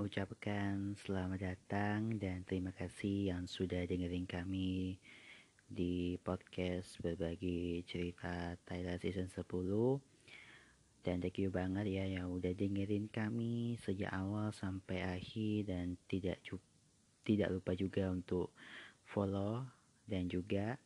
mengucapkan selamat datang dan terima kasih yang sudah dengerin kami di podcast berbagi cerita Thailand season 10. Dan thank you banget ya yang udah dengerin kami sejak awal sampai akhir, dan tidak lupa juga untuk follow dan juga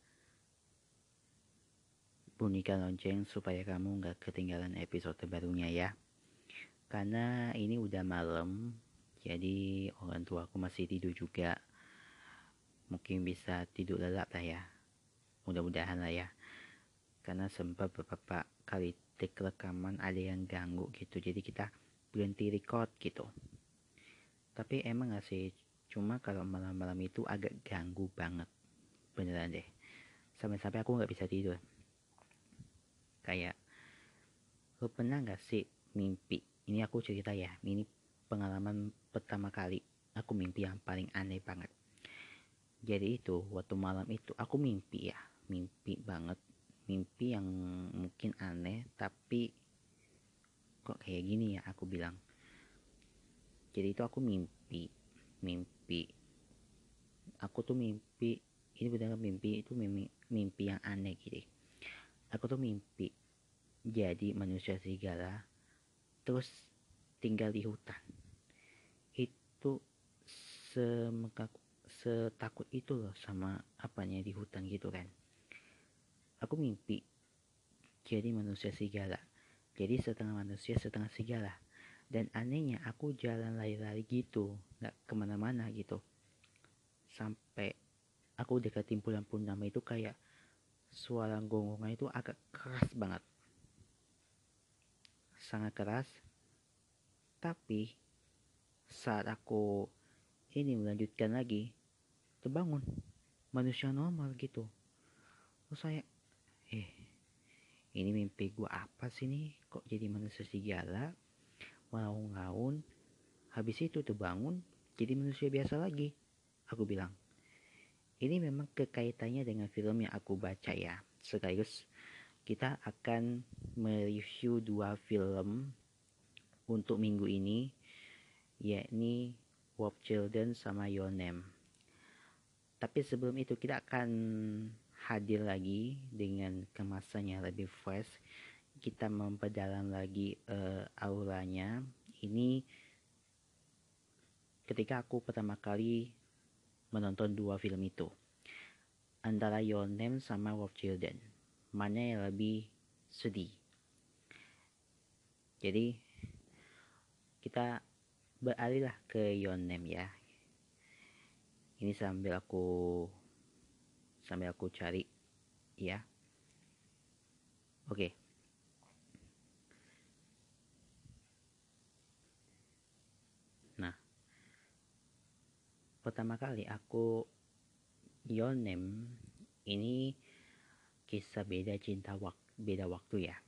bunyikan lonceng supaya kamu gak ketinggalan episode terbarunya ya. Karena ini udah malam, jadi orang tua aku masih tidur juga. Mungkin bisa tidur lelap lah ya. Mudah-mudahan lah ya. Karena sempat beberapa kali take rekaman ada yang ganggu gitu. Jadi kita berhenti record gitu. Tapi emang gak sih, cuma kalau malam-malam itu agak ganggu banget. Beneran deh. Sampai-sampai aku gak bisa tidur. Kayak, lo pernah gak sih mimpi? Ini aku cerita ya. Ini pengalaman pertama kali aku mimpi yang paling aneh banget. Jadi itu waktu malam itu aku mimpi banget, mimpi yang mungkin aneh tapi kok kayak gini ya aku bilang. Jadi itu aku mimpi aku tuh mimpi, ini benar mimpi, itu mimpi yang aneh gitu. Aku tuh mimpi jadi manusia serigala terus tinggal di hutan. Itu setakut itu loh sama apanya di hutan gitu kan. Aku mimpi jadi manusia serigala, jadi setengah manusia setengah serigala. Dan anehnya aku jalan lari-lari gitu, gak kemana-mana gitu. Sampai aku deketin pulang nama itu kayak suara gonggongan itu agak keras banget, sangat keras. Tapi saat aku ini melanjutkan lagi, terbangun manusia normal gitu. Terus saya ini mimpi gua apa sih nih, kok jadi manusia serigala, ngaun-ngaun, habis itu terbangun jadi manusia biasa lagi. Aku bilang, ini memang kekaitannya dengan film yang aku baca ya. Sekaligus kita akan mereview 2 film untuk minggu ini, yakni Warp Children sama Your Name. Tapi sebelum itu kita akan hadir lagi dengan kemasan yang lebih fresh. Kita memperdalam lagi auranya. Ini ketika aku pertama kali menonton 2 film itu, antara Your Name sama Warp Children, mana yang lebih sedih. Jadi kita beralih lah ke Your Name ya. Ini sambil aku cari ya. Oke. Nah, pertama kali aku Your Name ini kisah beda cinta beda waktu ya.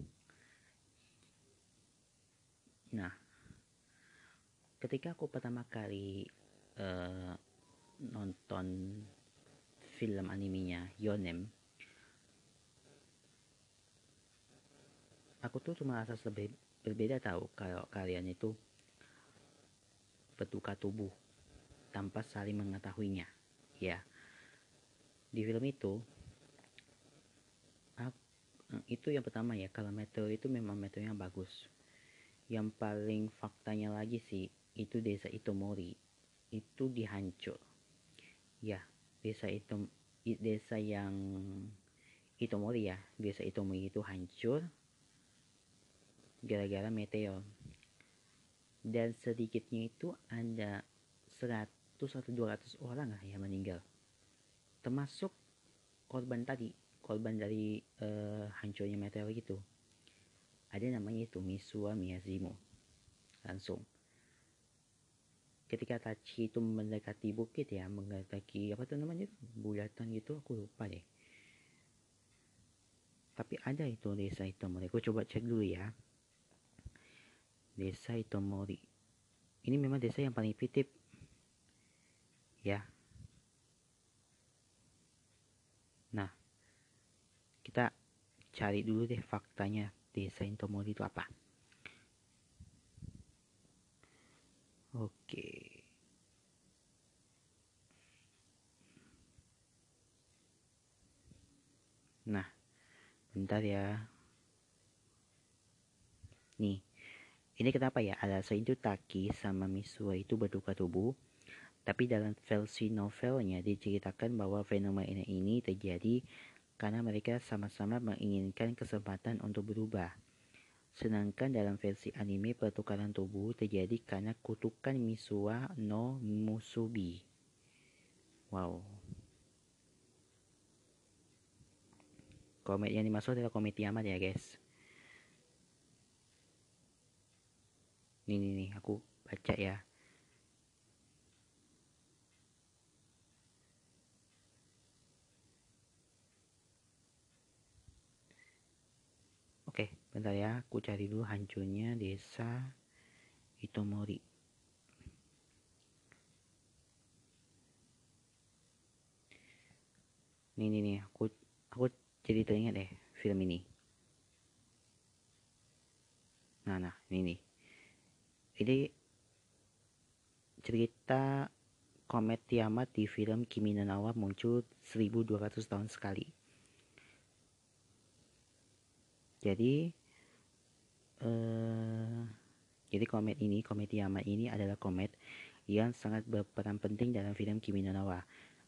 Nah, ketika aku pertama kali nonton film animenya Your Name, aku tuh cuma rasa berbeda tahu kalau kalian itu bertukar tubuh tanpa saling mengetahuinya ya. Di film itu yang pertama ya, kalau metode itu memang metodenya bagus. Yang paling faktanya lagi sih, itu desa Itomori itu dihancur ya. Desa yang Itomori ya, desa Itomori itu hancur gara-gara meteor. Dan sedikitnya itu ada 100 atau 200 orang lah yang meninggal, termasuk korban dari hancurnya meteor itu. Ada namanya itu Misua Miyazimo. Langsung ketika Tachi itu mendekati bukit ya, mendekati apa tuh namanya, bulatan gitu, aku lupa deh. Tapi ada itu desa Itomori, aku coba cek dulu ya. Desa Itomori ini memang desa yang paling fiktif ya. Nah, kita cari dulu deh faktanya desa Itomori itu apa. Oke. Nah, bentar ya. Nih, ini kenapa ya alasan itu Taki sama Misua itu bertukar tubuh. Tapi dalam versi novelnya diceritakan bahwa fenomena ini terjadi karena mereka sama-sama menginginkan kesempatan untuk berubah. Sedangkan dalam versi anime pertukaran tubuh terjadi karena kutukan Misua no Musubi. Wow. Komik yang dimaksud adalah komik Tiamat ya guys. Nih, aku baca ya. Oke, bentar ya. Aku cari dulu hancurnya desa Itomori. Nih, aku jadi teringat deh film ini. Nah, ini nih. Ini cerita komet Tiamat di film Kimi no Na wa muncul 1200 tahun sekali. Jadi komet Tiamat ini adalah komet yang sangat berperan penting dalam film Kimi no Na wa.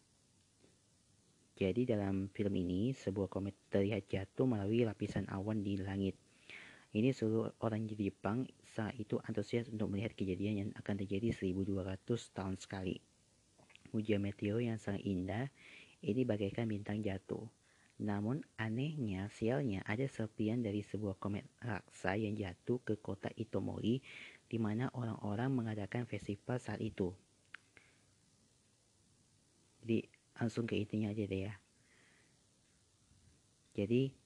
Jadi dalam film ini sebuah komet terlihat jatuh melalui lapisan awan di langit. Ini seluruh orang di Jepang saat itu antusias untuk melihat kejadian yang akan terjadi 1200 tahun sekali. Hujan meteor yang sangat indah, ini bagaikan bintang jatuh. Namun anehnya, sialnya ada serpian dari sebuah komet raksa yang jatuh ke kota Itomori, di mana orang-orang mengadakan festival saat itu. Jadi langsung ke intinya aja deh ya. Jadi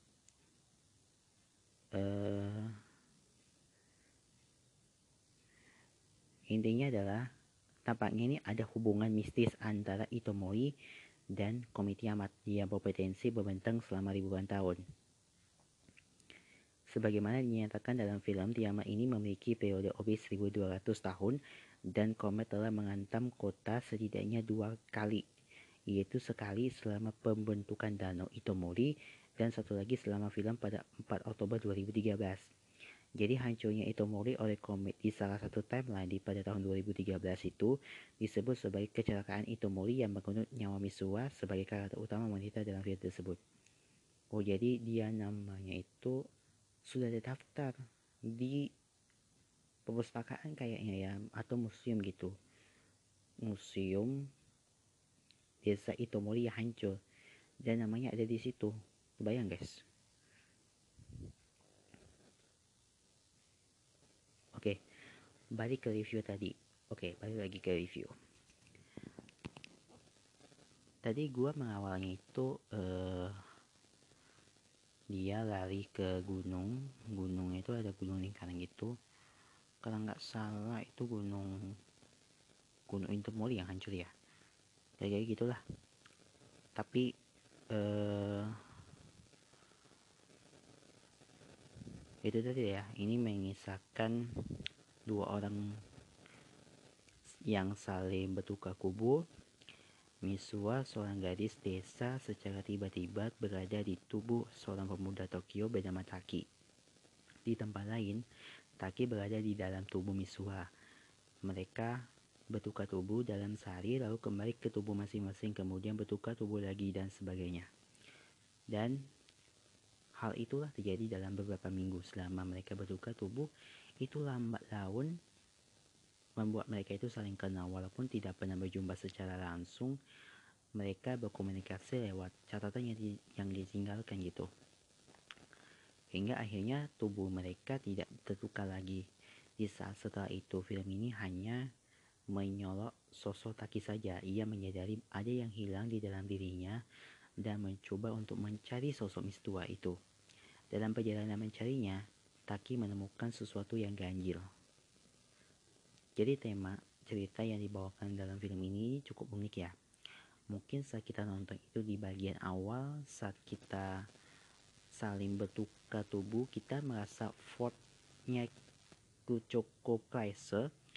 intinya adalah tampaknya ini ada hubungan mistis antara Itomori dan komet Tiamat yang berpotensi membentang selama ribuan tahun. Sebagaimana dinyatakan dalam film, Tiamat ini memiliki periode orbit 1200 tahun dan komet telah menghantam kota setidaknya 2 kali, yaitu sekali selama pembentukan danau Itomori dan satu lagi selama film pada 4 Oktober 2013. Jadi hancurnya Itomori oleh komet di salah satu timeline di pada tahun 2013 itu disebut sebagai kecelakaan Itomori yang mengunut nyawa Misua sebagai karakter utama wanita dalam film tersebut. Oh, jadi dia namanya itu sudah terdaftar di perpustakaan kayaknya ya, atau museum gitu. Museum Desa Itomori yang hancur dan namanya ada di situ. Bayang guys. Oke, balik ke review tadi. Balik lagi ke review. Tadi gua mengawalnya itu dia lari ke gunungnya itu ada gunung lingkaran gitu. Kalau nggak salah itu gunung Itomori yang hancur ya. Kayak gitulah. Tapi itu tadi ya, ini mengisahkan dua orang yang saling bertukar kubur. Misua, seorang gadis desa, secara tiba-tiba berada di tubuh seorang pemuda Tokyo bernama Taki. Di tempat lain, Taki berada di dalam tubuh Misua. Mereka bertukar tubuh dalam sehari, lalu kembali ke tubuh masing-masing, kemudian bertukar tubuh lagi dan sebagainya. Dan hal itulah terjadi dalam beberapa minggu selama mereka bertukar tubuh. Itu lambat laun membuat mereka itu saling kenal walaupun tidak pernah berjumpa secara langsung. Mereka berkomunikasi lewat catatan yang ditinggalkan gitu, hingga akhirnya tubuh mereka tidak tertukar lagi. Di saat setelah itu film ini hanya menyolok sosok Taki saja. Ia menyadari ada yang hilang di dalam dirinya dan mencoba untuk mencari sosok Mistua itu. Dalam perjalanan mencarinya, Taki menemukan sesuatu yang ganjil. Jadi tema cerita yang dibawakan dalam film ini cukup unik ya. Mungkin saat kita nonton itu di bagian awal, saat kita saling bertukar tubuh, kita merasa fortnya itu cukup pricey.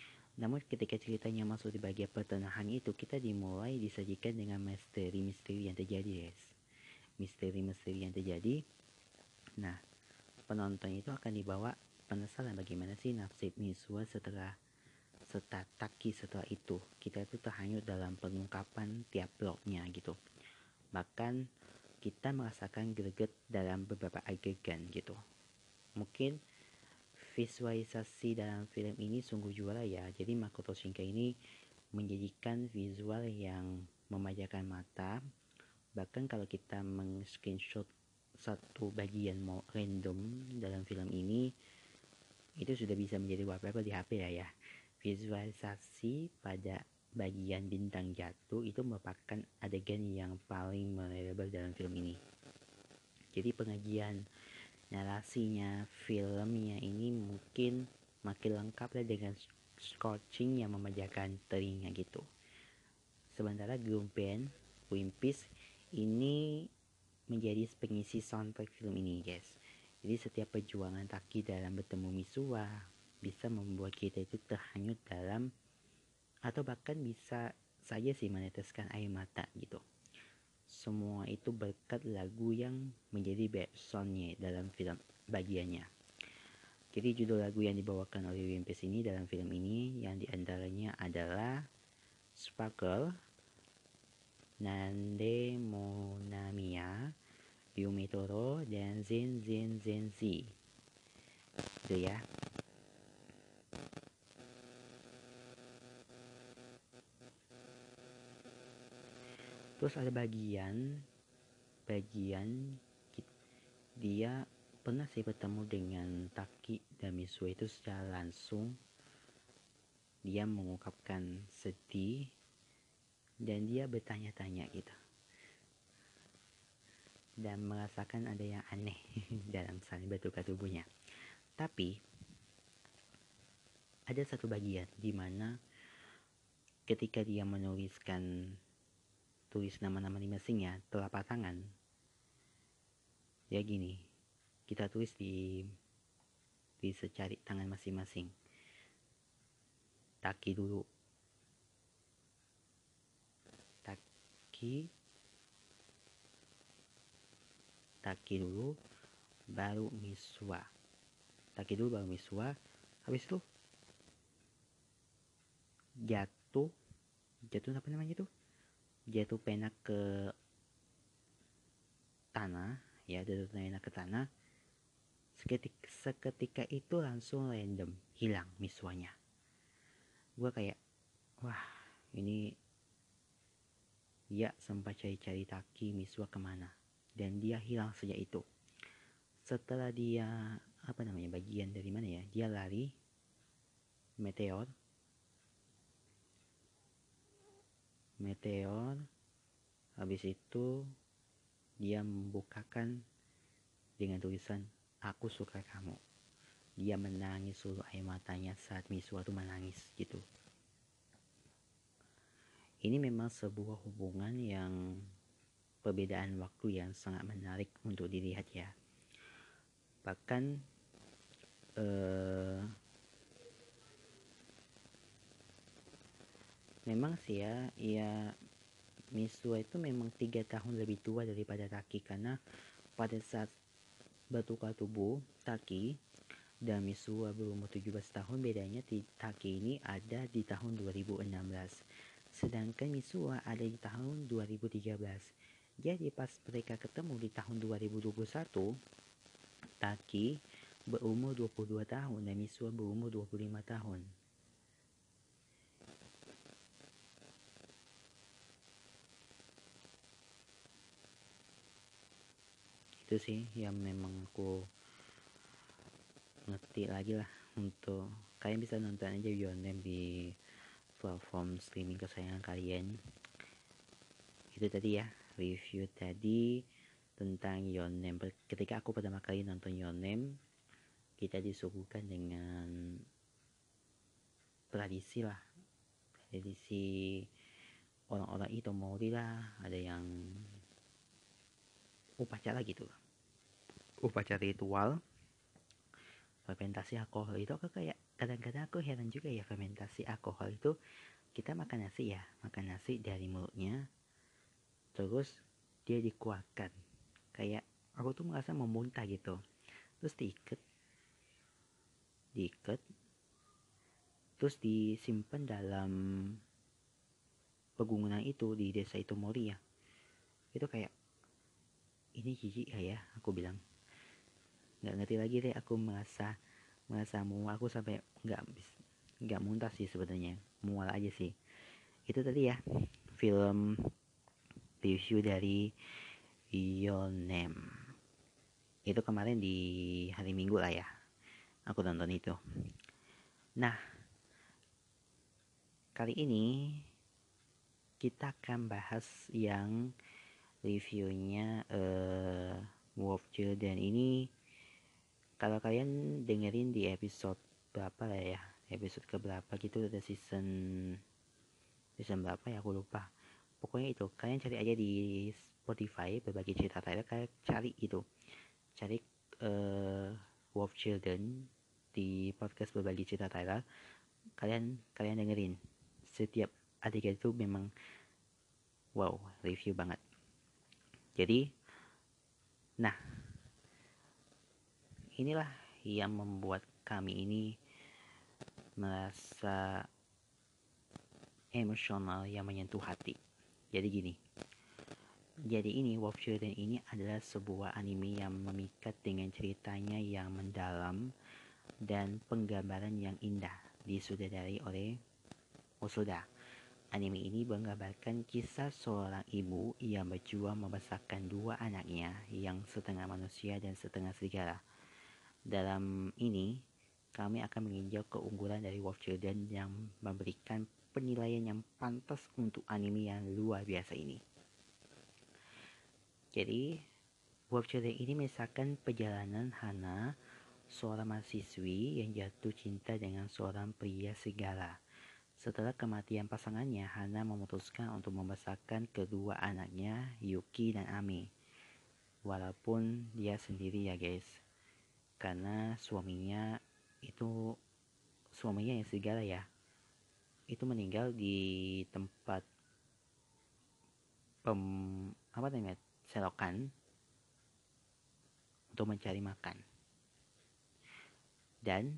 Namun ketika ceritanya masuk di bagian pertengahan itu, kita dimulai disajikan dengan misteri-misteri yang terjadi, guys. Misteri-misteri yang terjadi. Nah, penonton itu akan dibawa penasaran bagaimana sih nasib Misua setelah Taki setelah itu. Kita itu terhanyut dalam pengungkapan tiap plotnya gitu. Bahkan kita merasakan greget dalam beberapa adegan gitu. Mungkin visualisasi dalam film ini sungguh juara ya. Jadi Makoto Shinkai ini menjadikan visual yang memanjakan mata. Bahkan kalau kita meng-screenshot satu bagian random dalam film ini, itu sudah bisa menjadi wallpaper di HP ya. Visualisasi pada bagian bintang jatuh itu merupakan adegan yang paling memorable dalam film ini. Jadi pengajian narasinya, filmnya ini mungkin makin lengkap lah dengan scorching yang memanjakan telinga gitu. Sementara grup band Wimpis ini menjadi pengisi soundtrack film ini, guys. Jadi setiap perjuangan Taki dalam bertemu Misua bisa membuat kita itu terhanyut dalam, atau bahkan bisa saja sih meneteskan air mata gitu. Semua itu berkat lagu yang menjadi backsoundnya dalam film bagiannya. Jadi judul lagu yang dibawakan oleh Wimpis ini dalam film ini yang diantaranya adalah Sparkle, Nande Monamiya, Yumitoro, dan Zen Zen Zenzi. Itu ya. Terus ada bagian dia pernah sih bertemu dengan Taki dan Misua itu secara langsung. Dia mengungkapkan sedih dan dia bertanya-tanya gitu, dan merasakan ada yang aneh dalam saling bertukar tubuhnya. Tapi ada satu bagian di mana ketika dia menuliskan tulis nama-nama di mesinnya telapak tangan, ya gini, kita tulis di secari tangan masing-masing. Taki dulu, Taki dulu baru Misua. Taki dulu baru Misua. Habis itu jatuh apa namanya itu? Jatuh pena ke tanah, ya, jatuh pena ke tanah. Seketika itu langsung random hilang Misuanya. Gue kayak, wah, ini dia sempat cari-cari Taki Misua kemana, dan dia hilang sejak itu. Setelah dia bagian dari mana ya, dia lari meteor, habis itu dia membukakan dengan tulisan aku suka kamu. Dia menangis seluruh air matanya saat Misua tuh menangis gitu. Ini memang sebuah hubungan yang perbedaan waktu yang sangat menarik untuk dilihat ya. Bahkan memang sih ya Misua itu memang 3 tahun lebih tua daripada Taki, karena pada saat bertukar tubuh Taki dan Misua berumur 17 tahun, bedanya Taki ini ada di tahun 2016. Sedangkan Misua ada di tahun 2013. Jadi pas mereka ketemu di tahun 2021, Taki berumur 22 tahun dan Misua berumur 25 tahun. Itu sih yang memang aku ngerti lagi lah. Untuk kalian bisa nonton aja Your Name di platform streaming kesayangan kalian. Itu tadi ya review tadi tentang Your Name. Ketika aku pertama kali nonton Your Name, kita disuguhkan dengan tradisi orang-orang Itomori lah, ada yang upacara gitu, upacara ritual fermentasi alkohol. Itu aku kayak kadang-kadang aku heran juga ya, fermentasi alkohol itu kita makan nasi dari mulutnya, terus dia dikeluarkan, kayak aku tuh merasa mau muntah gitu, terus diikat terus disimpan dalam pegunungan itu di desa itu Moria. Itu kayak, ini jijik ya, aku bilang. Nggak ngerti lagi deh, aku merasa mual, aku sampai nggak muntah sih sebenarnya, mual aja sih. Itu tadi ya film review dari Your Name. Itu kemarin di hari Minggu lah ya, aku nonton itu. Nah, kali ini kita akan bahas yang reviewnya Wolf Children ini. Kalau kalian dengerin di episode berapa lah ya, episode keberapa gitu, ada season berapa ya, aku lupa. Pokoknya itu, kalian cari aja di Spotify berbagi cerita Tyler, kalian cari gitu, cari Wolf Children di podcast berbagi cerita Tyler, kalian dengerin. Setiap adegan itu memang wow, review banget. Jadi, nah, inilah yang membuat kami ini merasa emosional yang menyentuh hati. Jadi gini, ini Wolf Children ini adalah sebuah anime yang memikat dengan ceritanya yang mendalam dan penggambaran yang indah, disutradarai oleh Osoda. Anime ini menggambarkan kisah seorang ibu yang berjuang membesarkan dua anaknya yang setengah manusia dan setengah serigala. Dalam ini, kami akan menginjau keunggulan dari Wolf Children yang memberikan penilaian yang pantas untuk anime yang luar biasa ini. Jadi, Wolf Children ini mengisahkan perjalanan Hana, seorang mahasiswi yang jatuh cinta dengan seorang pria serigala. Setelah kematian pasangannya, Hana memutuskan untuk membesarkan kedua anaknya, Yuki dan Ame. Walaupun dia sendiri ya guys, karena suaminya yang serigala ya, itu meninggal di tempat selokan untuk mencari makan. Dan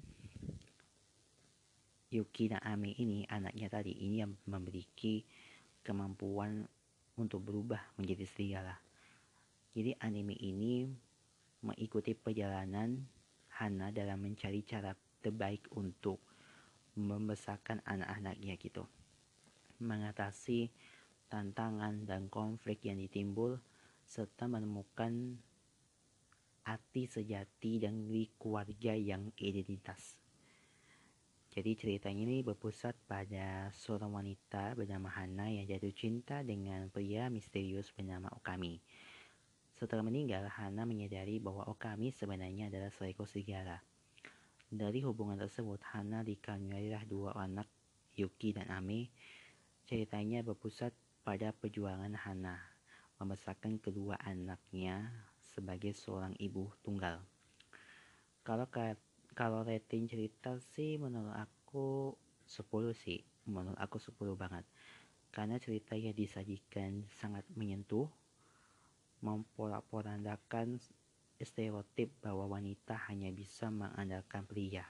Yuki dan Ame ini, anaknya tadi ini, yang memiliki kemampuan untuk berubah menjadi serigala. Jadi anime ini mengikuti perjalanan Hana dalam mencari cara terbaik untuk membesarkan anak-anaknya gitu, mengatasi tantangan dan konflik yang ditimbul, serta menemukan arti sejati dan keluarga yang identitas. Jadi ceritanya ini berpusat pada seorang wanita bernama Hana yang jatuh cinta dengan pria misterius bernama Okami. Setelah meninggal, Hana menyadari bahwa Okami sebenarnya adalah seekor serigala. Dari hubungan tersebut, Hana dikaruniailah dua anak, Yuki dan Ame. Ceritanya berpusat pada perjuangan Hana membesarkan kedua anaknya sebagai seorang ibu tunggal. Kalau rating cerita sih menurut aku 10 sih. Menurut aku 10 banget. Karena cerita yang disajikan sangat menyentuh, memporak-porandakan stereotip bahwa wanita hanya bisa mengandalkan pria.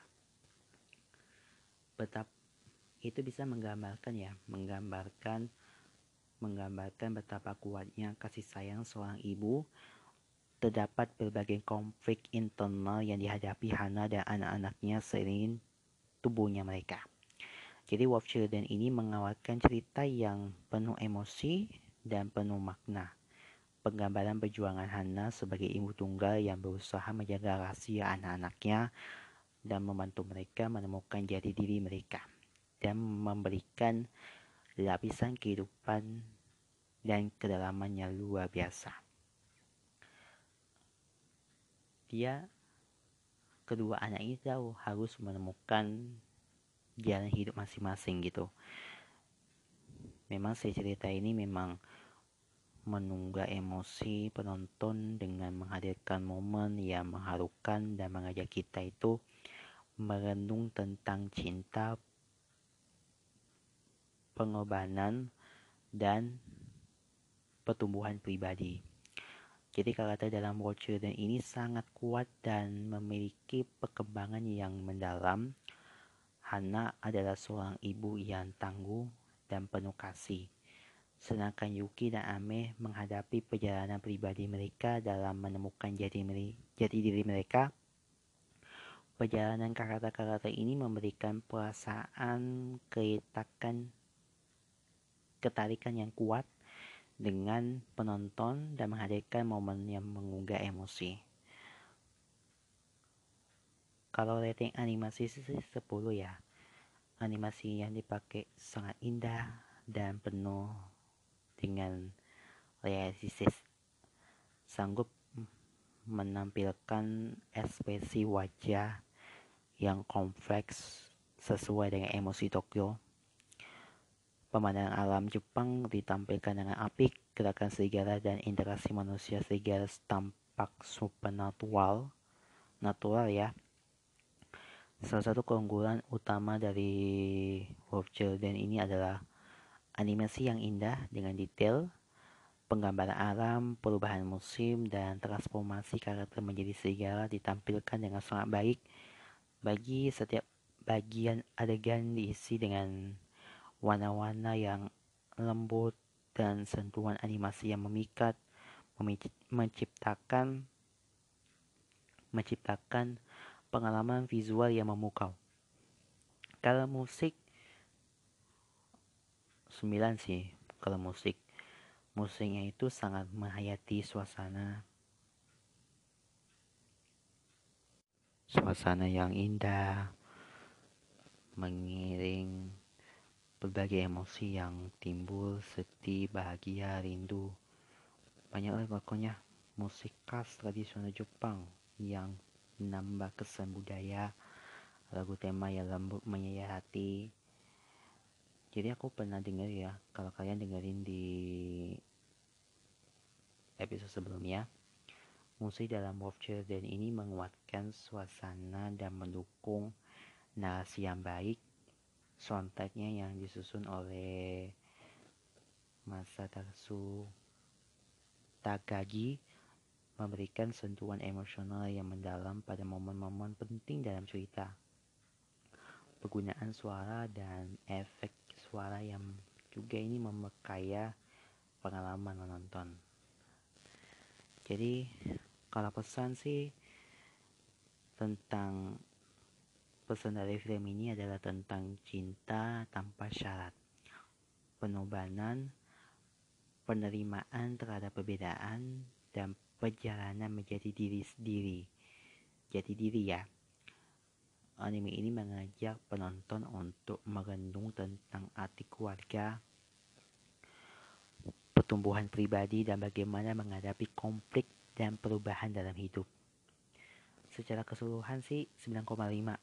Itu bisa menggambarkan betapa kuatnya kasih sayang seorang ibu. Terdapat berbagai konflik internal yang dihadapi Hana dan anak-anaknya seiring tubuhnya mereka. Jadi Wolf Children ini mengawalkan cerita yang penuh emosi dan penuh makna. Penggambaran perjuangan Hana sebagai ibu tunggal yang berusaha menjaga rahasia anak-anaknya dan membantu mereka menemukan jati diri mereka, dan memberikan lapisan kehidupan dan kedalaman yang luar biasa. Kedua anak ini tahu harus menemukan jalan hidup masing-masing gitu. Memang cerita ini memang menunggak emosi penonton dengan menghadirkan momen yang mengharukan dan mengajak kita itu merenung tentang cinta, pengorbanan, dan pertumbuhan pribadi. Jadi karakter dalam War Children ini sangat kuat dan memiliki perkembangan yang mendalam. Hana adalah seorang ibu yang tangguh dan penuh kasih. Sedangkan Yuki dan Ame menghadapi perjalanan pribadi mereka dalam menemukan jati diri mereka. Perjalanan karakter-karakter ini memberikan perasaan ketarikan yang kuat dengan penonton dan menghadirkan momen yang menggugah emosi. Kalau rating animasi sih 10 ya. Animasi yang dipakai sangat indah dan penuh dengan realistis. Sanggup menampilkan ekspresi wajah yang kompleks sesuai dengan emosi Tokyo. Pemandangan alam Jepang ditampilkan dengan apik, gerakan serigala dan interaksi manusia serigala tampak supernatural ya. Salah satu keunggulan utama dari Wolf Children ini adalah animasi yang indah dengan detail, penggambaran alam, perubahan musim, dan transformasi karakter menjadi serigala ditampilkan dengan sangat baik. Bagi setiap bagian adegan diisi dengan warna-warna yang lembut dan sentuhan animasi yang memikat, menciptakan pengalaman visual yang memukau. Kalau musik 9 sih. Kalau musiknya itu sangat menghayati suasana yang indah, mengiring berbagai emosi yang timbul, sedih, bahagia, rindu. Banyaklah pokoknya musik khas tradisional Jepang yang menambah kesan budaya, lagu tema yang lembut menyayat hati. Jadi aku pernah dengar ya, kalau kalian dengerin di episode sebelumnya, musik dalam Wolf Children ini menguatkan suasana dan mendukung narasi yang baik. Soundtracknya yang disusun oleh Masatatsu Takagi memberikan sentuhan emosional yang mendalam pada momen-momen penting dalam cerita. Penggunaan suara dan efek suara yang juga ini memperkaya pengalaman menonton. Jadi kalau pesan dari film ini adalah tentang cinta tanpa syarat, pengorbanan, penerimaan terhadap perbedaan, dan perjalanan menjadi jati diri ya. Anime ini mengajak penonton untuk merenung tentang arti keluarga, pertumbuhan pribadi, dan bagaimana menghadapi konflik dan perubahan dalam hidup. Secara keseluruhan sih 9,5.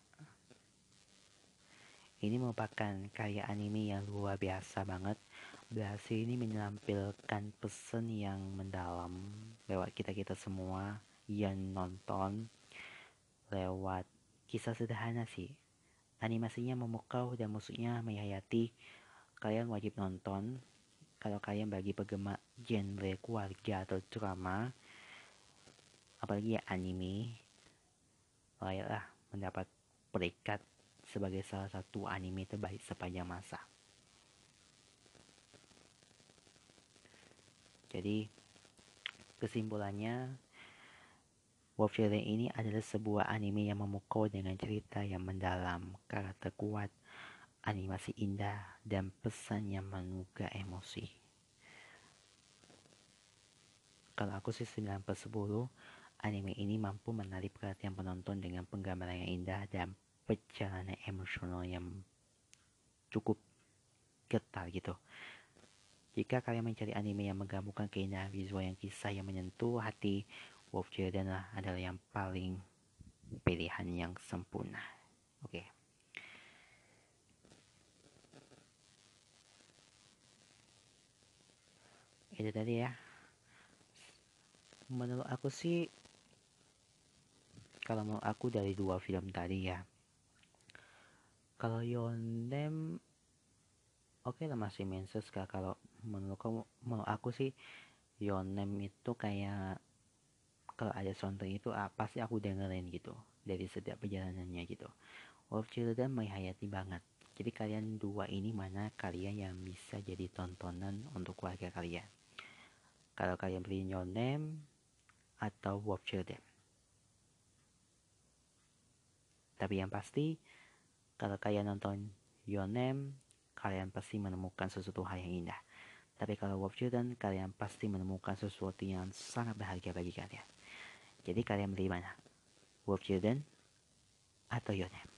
Ini merupakan karya anime yang luar biasa banget. Berhasil ini menampilkan pesan yang mendalam lewat kita semua yang nonton, lewat kisah sederhana sih. Animasinya memukau dan musiknya menghayati. Kalian wajib nonton kalau kalian bagi penggemar genre keluarga atau drama, apalagi ya anime, layaklah mendapat peringkat sebagai salah satu anime terbaik sepanjang masa. Jadi kesimpulannya, Wolf Children ini adalah sebuah anime yang memukau dengan cerita yang mendalam, karakter kuat, animasi indah, dan pesan yang menggugah emosi. Kalau aku sih 9/10, anime ini mampu menarik perhatian penonton dengan penggambaran yang indah dan perjalanan emosional yang cukup getar gitu. Jika kalian mencari anime yang menggabungkan keindahan visual yang kisah yang menyentuh hati, Wolf Children adalah yang paling pilihan yang sempurna. Oke. Itu tadi ya. Menurut aku sih, kalau menurut aku dari 2 film tadi ya, Kalau Your Name oke lah, masih menses kak. Kalau menurut aku sih Your Name itu kayak kalau ada soundtrack itu pasti aku dengerin gitu dari setiap perjalanannya gitu. Wolf Children menghayati banget. Jadi kalian dua ini mana kalian yang bisa jadi tontonan untuk keluarga kalian? Kalau kalian beli Your Name atau Wolf Children? Tapi yang pasti kalau kalian nonton Your Name, kalian pasti menemukan sesuatu hal yang indah. Tapi kalau Wolf Children, kalian pasti menemukan sesuatu yang sangat berharga bagi kalian. Jadi kalian beli mana? Wolf Children atau Your Name?